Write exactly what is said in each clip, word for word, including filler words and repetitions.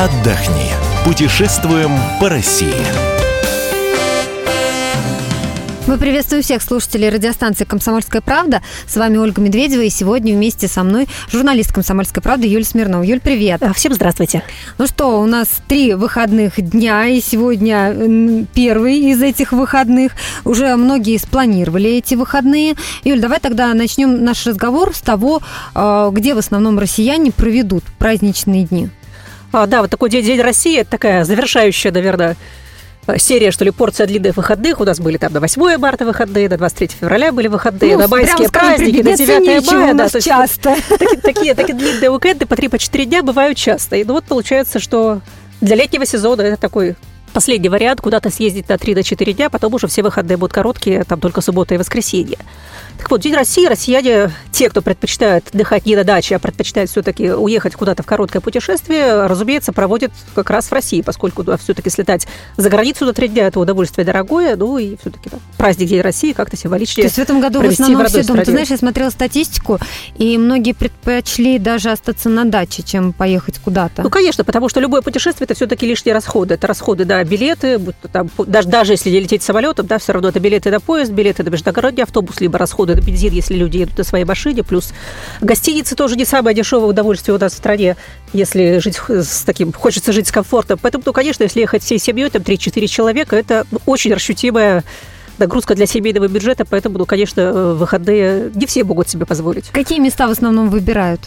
отдохни. Путешествуем по России. Мы приветствуем всех слушателей радиостанции «Комсомольская правда». С вами Ольга Медведева, и сегодня вместе со мной журналист «Комсомольской правды» Юлия Смирнова. Юль, привет. Всем здравствуйте. Ну что, у нас три выходных дня, и сегодня первый из этих выходных. Уже многие спланировали эти выходные. Юль, давай тогда начнем наш разговор с того, где в основном россияне проведут праздничные дни. А, да, вот такой день, день России, это такая завершающая, наверное, серия, что ли, порция длинных выходных. У нас были там на восьмое марта выходные, на двадцать третьего февраля были выходные, ну, на майские праздники, на девятое мая. У нас да, часто. Такие, такие, такие длинные уикенды по три-четыре дня бывают часто. И ну, вот получается, что для летнего сезона это такой последний вариант, куда-то съездить на три-четыре дня, потом уже все выходные будут короткие, там только суббота и воскресенье. Так вот, День России, россияне, те, кто предпочитают отдыхать не на даче, а предпочитают все-таки уехать куда-то в короткое путешествие, разумеется, проводят как раз в России, поскольку да, все-таки слетать за границу на три дня – это удовольствие дорогое, ну и все-таки да, праздник День России как-то символичнее. То есть в этом году в основном все дома. Ты знаешь, я смотрела статистику, и многие предпочли даже остаться на даче, чем поехать куда-то. Ну, конечно, потому что любое путешествие – это все-таки лишние расходы. Это расходы, да, билеты, будь то там, даже, даже если не лететь самолетом, да, все равно это билеты на поезд, билеты на междугородний автобус, либо расходы на бензин, если люди едут на своей машине, плюс гостиницы тоже не самое дешевое удовольствие у нас в стране, если жить с таким, хочется жить с комфортом. Поэтому, ну, конечно, если ехать всей семьей, там три-четыре человека, это очень ощутимая нагрузка для семейного бюджета, поэтому, ну, конечно, выходные не все могут себе позволить. Какие места в основном выбирают?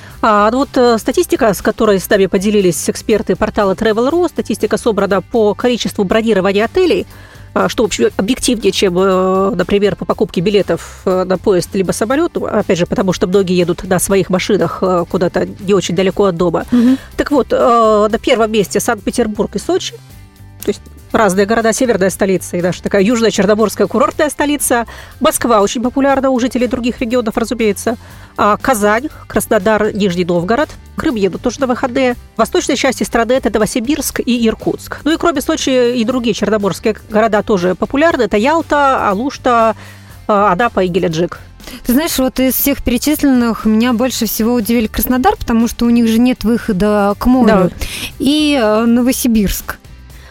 А, ну вот статистика, с которой с нами поделились эксперты портала Travel.ru, статистика собрана по количеству бронирования отелей, что, в общем, объективнее, чем, например, по покупке билетов на поезд либо самолет, опять же, потому что многие едут на своих машинах куда-то не очень далеко от дома. Угу. Так вот, на первом месте Санкт-Петербург и Сочи, то есть разные города, северная столица и даже такая южная черноморская курортная столица. Москва очень популярна у жителей других регионов, разумеется. А Казань, Краснодар, Нижний Новгород. Крым едут тоже на выходные. В восточной части страны это Новосибирск и Иркутск. Ну и кроме Сочи и другие черноморские города тоже популярны. Это Ялта, Алушта, Анапа и Геленджик. Ты знаешь, вот из всех перечисленных меня больше всего удивили Краснодар, потому что у них же нет выхода к морю. Да. И Новосибирск.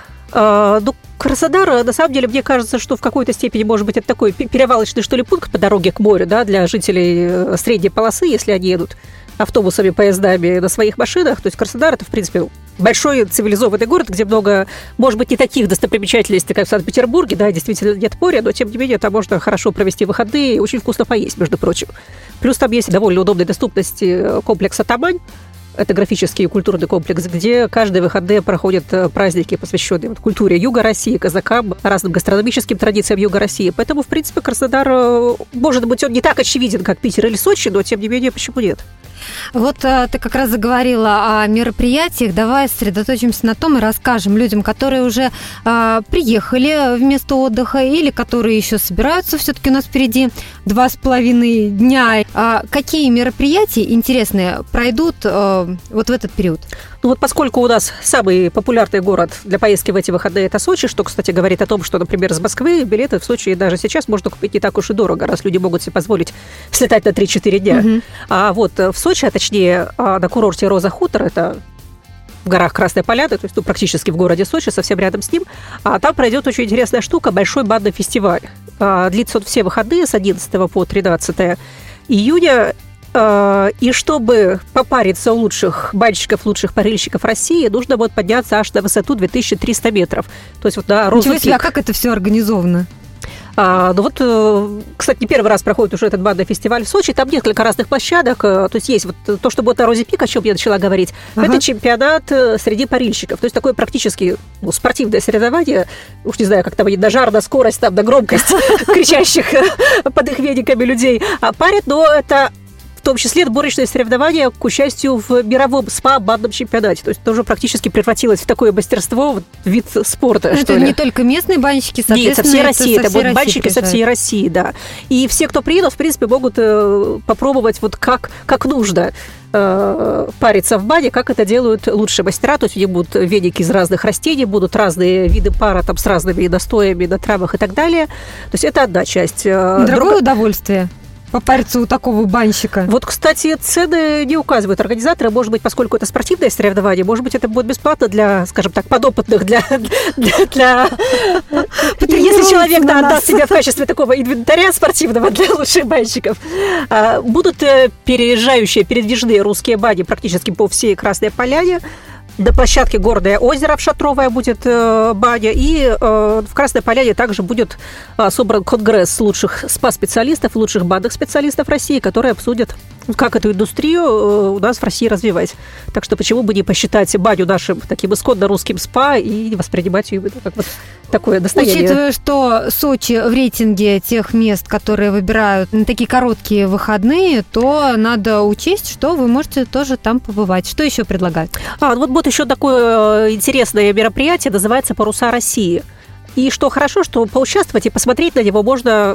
Uh, ну, Краснодар, на самом деле, мне кажется, что в какой-то степени, может быть, это такой перевалочный, что ли, пункт по дороге к морю, да, для жителей средней полосы, если они едут автобусами, поездами на своих машинах. То есть Краснодар – это, в принципе, большой цивилизованный город, где много, может быть, не таких достопримечательностей, как в Санкт-Петербурге, да, действительно нет моря, но, тем не менее, там можно хорошо провести выходные и очень вкусно поесть, между прочим. Плюс там есть довольно удобной доступности комплекс «Атамань». Это графический и культурный комплекс, где каждые выходные проходят праздники, посвященные вот культуре Юга России, казакам, разным гастрономическим традициям Юга России. Поэтому, в принципе, Краснодар, может быть, он не так очевиден, как Питер или Сочи, но, тем не менее, почему нет? Вот а, ты как раз заговорила о мероприятиях. Давай сосредоточимся на том и расскажем людям, которые уже а, приехали в место отдыха или которые еще собираются. Все-таки у нас впереди два с половиной дня. А, какие мероприятия интересные пройдут а, вот в этот период? Ну вот поскольку у нас самый популярный город для поездки в эти выходные – это Сочи, что, кстати, говорит о том, что, например, с Москвы билеты в Сочи даже сейчас можно купить не так уж и дорого, раз люди могут себе позволить слетать на три-четыре дня. Угу. А вот в Сочи, а точнее на курорте Роза Хутор, это в горах Красной Поляны, то есть ну, практически в городе Сочи, совсем рядом с ним, а там пройдет очень интересная штука – большой банный фестиваль. А, длится он все выходные с одиннадцатого по тринадцатое июня. И чтобы попариться у лучших банщиков, лучших парильщиков России, нужно будет подняться аж на высоту две тысячи триста метров. То есть вот на Розу Пик. А как это все организовано? А, ну вот, кстати, не первый раз проходит уже этот банный фестиваль в Сочи. Там несколько разных площадок. То есть есть вот то, что будет на Розе Пик, о чем я начала говорить. Ага. Это чемпионат среди парильщиков. То есть такое практически ну, спортивное соревнование. Уж не знаю, как там они на жар, на скорость, там, на громкость кричащих под их вениками людей парят. Но это в том числе отборочные соревнования к участию в мировом СПА-банном чемпионате. То есть тоже практически превратилось в такое мастерство, вот, вид спорта, это что ли. Не только местные банщики, соответственно, нет, со всей России. Это, это будут банщики приезжают. Со всей России, да. И все, кто приедут, в принципе, могут э, попробовать вот как, как нужно э, париться в бане, как это делают лучшие мастера. То есть у них будут веники из разных растений, будут разные виды пара там, с разными настоями на травах и так далее. То есть это одна часть. Другое Друг... удовольствие. попариться у такого банщика. Вот, кстати, цены не указывают организаторы. Может быть, поскольку это спортивное соревнование, может быть, это будет бесплатно для, скажем так, подопытных, для... для, для... Если человек да, отдаст себя в качестве такого инвентаря спортивного для лучших банщиков. Будут переезжающие, передвижные русские бани практически по всей Красной Поляне. На площадке Горное озеро в Шатровое будет э, баня, и э, в Красной Поляне также будет э, собран конгресс лучших спа-специалистов, лучших банных специалистов России, которые обсудят, как эту индустрию э, у нас в России развивать. Так что почему бы не посчитать баню нашим таким исконно русским спа и не воспринимать ее как вот такое достояние. Учитывая, что Сочи в рейтинге тех мест, которые выбирают на такие короткие выходные, то надо учесть, что вы можете тоже там побывать. Что еще предлагают? А, вот будет еще такое интересное мероприятие, называется «Паруса России». И что хорошо, что поучаствовать и посмотреть на него можно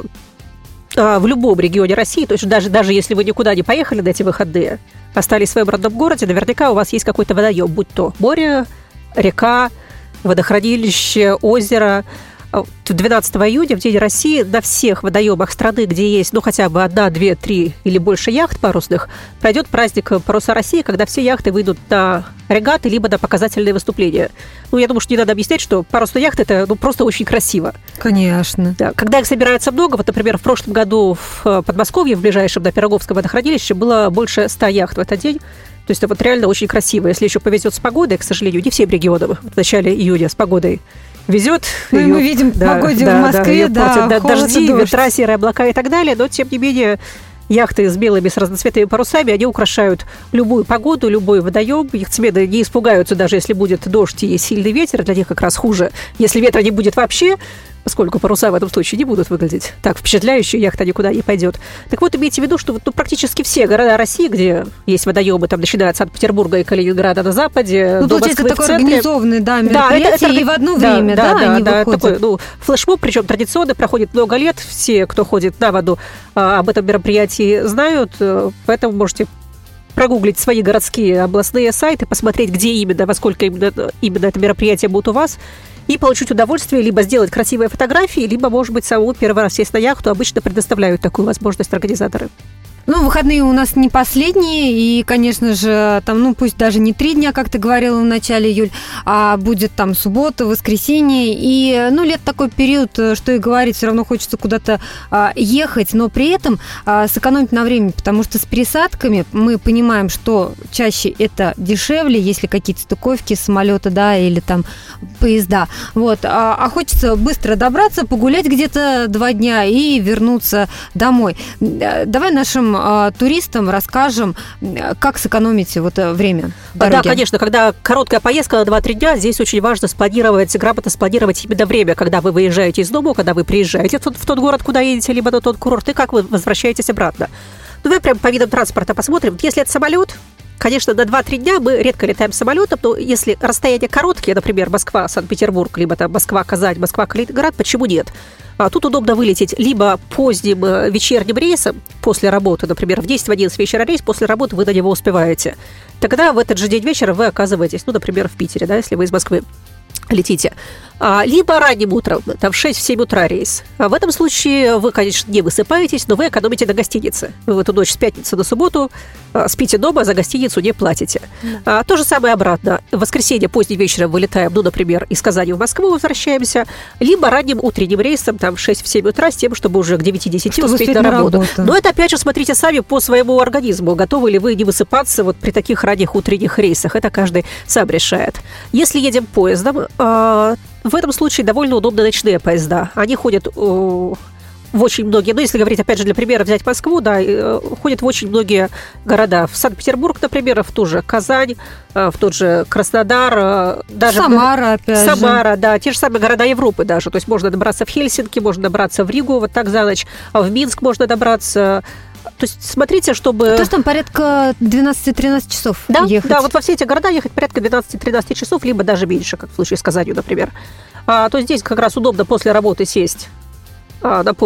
а, в любом регионе России. То есть даже, даже если вы никуда не поехали на эти выходные, остались в своем родном городе, наверняка у вас есть какой-то водоем, будь то море, река, водохранилище, озеро. двенадцатого июня, в День России, на всех водоемах страны, где есть, ну, хотя бы одна, две, три или больше яхт парусных, пройдет праздник «Паруса России», когда все яхты выйдут на регаты, либо на показательные выступления. Ну, я думаю, что не надо объяснять, что парусная яхта – это ну, просто очень красиво. Конечно. Да. Когда их собирается много, вот, например, в прошлом году в Подмосковье, в ближайшем, на Пироговском водохранилище, было больше ста яхт в этот день. То есть это вот реально очень красиво. Если еще повезет с погодой, к сожалению, не всем регионам в начале июня с погодой везет. Ну, и мы видим по да, погоде да, в Москве, да, да, да дожди, дождь. ветра, серые облака и так далее, но, тем не менее, яхты с белыми, с разноцветными парусами, они украшают любую погоду, любой водоем. Яхтсмены не испугаются, даже если будет дождь и сильный ветер, для них как раз хуже. Если ветра не будет вообще, поскольку паруса в этом случае не будут выглядеть так впечатляюще, яхта никуда не пойдет. Так вот, имейте в виду, что ну, практически все города России, где есть водоемы, там, начиная от Санкт-Петербурга и Калининграда на западе, ну, до Москвы это такое в центре. Организованное, да, мероприятие, да, это, это, и в одно да, время, да, да, да, они да, выходят. Такой, ну, флешмоб, причем традиционно, проходит много лет, все, кто ходит на воду, об этом мероприятии знают, поэтому можете прогуглить свои городские областные сайты, посмотреть, где именно, во сколько именно, именно это мероприятие будет у вас, и получить удовольствие, либо сделать красивые фотографии, либо, может быть, самому первый раз сесть на яхту. Обычно предоставляют такую возможность организаторы. Ну, выходные у нас не последние, и, конечно же, там, ну, пусть даже не три дня, как ты говорила в начале, Юль, а будет там суббота, воскресенье, и, ну, лет такой период, что и говорить, все равно хочется куда-то а, ехать, но при этом а, сэкономить на времени, потому что с пересадками мы понимаем, что чаще это дешевле, если какие-то стыковки самолета, да, или там поезда, вот, а, а хочется быстро добраться, погулять где-то два дня и вернуться домой. Давай нашим туристам расскажем, как сэкономить вот время дороги. Да, конечно, когда короткая поездка на два-три дня, здесь очень важно спланировать, грамотно спланировать именно время, когда вы выезжаете из дома, когда вы приезжаете в тот, в тот город, куда едете, либо на тот курорт, и как вы возвращаетесь обратно. Ну, давай прям по видам транспорта посмотрим. Если это самолет, конечно, на два-три дня мы редко летаем самолетом, но если расстояние короткие, например, Москва, Санкт-Петербург, либо там Москва, Казань, Москва, Калининград, почему нет? А тут удобно вылететь либо поздним вечерним рейсом после работы, например, в десять-одиннадцать вечера рейс, после работы вы на него успеваете. Тогда в этот же день вечера вы оказываетесь, ну, например, в Питере, да, если вы из Москвы летите. А, либо ранним утром, там в шесть-семь утра рейс. А в этом случае вы, конечно, не высыпаетесь, но вы экономите на гостинице. Вы в эту ночь с пятницы на субботу а, спите дома, за гостиницу не платите. Да. А, то же самое обратно. В воскресенье поздним вечером вылетаем, ну, например, из Казани в Москву возвращаемся, либо ранним утренним рейсом, там в шесть-семь утра, с тем, чтобы уже к девяти-десяти успеть на, на работу. работу. Но это, опять же, смотрите сами по своему организму. Готовы ли вы не высыпаться вот при таких ранних утренних рейсах. Это каждый сам решает. Если едем поездом, а, в этом случае довольно удобны ночные поезда. Они ходят о, в очень многие, ну, если говорить, опять же, для примера, взять Москву, да, ходят в очень многие города. В Санкт-Петербург, например, в ту же Казань, в тот же Краснодар. Даже Самара, опять Самара, же. Самара, да, те же самые города Европы даже. То есть можно добраться в Хельсинки, можно добраться в Ригу вот так за ночь, а в Минск можно добраться. То есть смотрите, чтобы... То есть там порядка двенадцать-тринадцать часов да, ехать. Да, вот во все эти города ехать порядка двенадцать-тринадцать часов, либо даже меньше, как в случае с Казанью, например. А, то здесь как раз удобно после работы сесть а, на поезд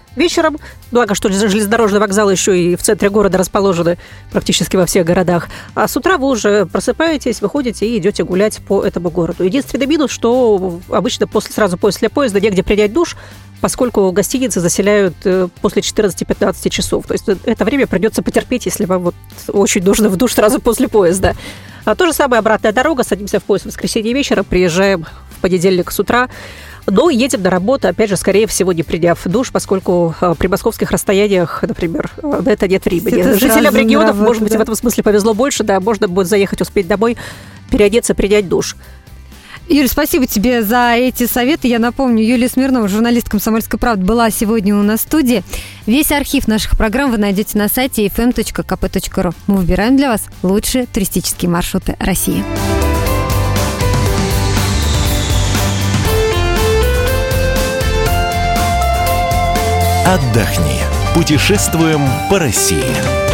вечером, благо, что железнодорожные вокзалы еще и в центре города расположены практически во всех городах, а с утра вы уже просыпаетесь, выходите и идете гулять по этому городу. Единственный минус, что обычно после, сразу после поезда негде принять душ, поскольку гостиницы заселяют после четырнадцати-пятнадцати часов. То есть это время придется потерпеть, если вам вот очень нужно в душ сразу после поезда. А то же самое обратная дорога. Садимся в поезд в воскресенье вечером, приезжаем в понедельник с утра. Но едем на работу, опять же, скорее всего, не приняв душ, поскольку при московских расстояниях, например, на это нет времени. Это жителям регионов, работу, может быть, да. в этом смысле повезло больше, да, можно будет заехать, успеть домой, переодеться, принять душ. Юль, спасибо тебе за эти советы. Я напомню, Юлия Смирнова, журналист «Комсомольской правды», была сегодня у нас в студии. Весь архив наших программ вы найдете на сайте эф эм точка ка пэ точка ру. Мы выбираем для вас лучшие туристические маршруты России. Отдохни. Путешествуем по России.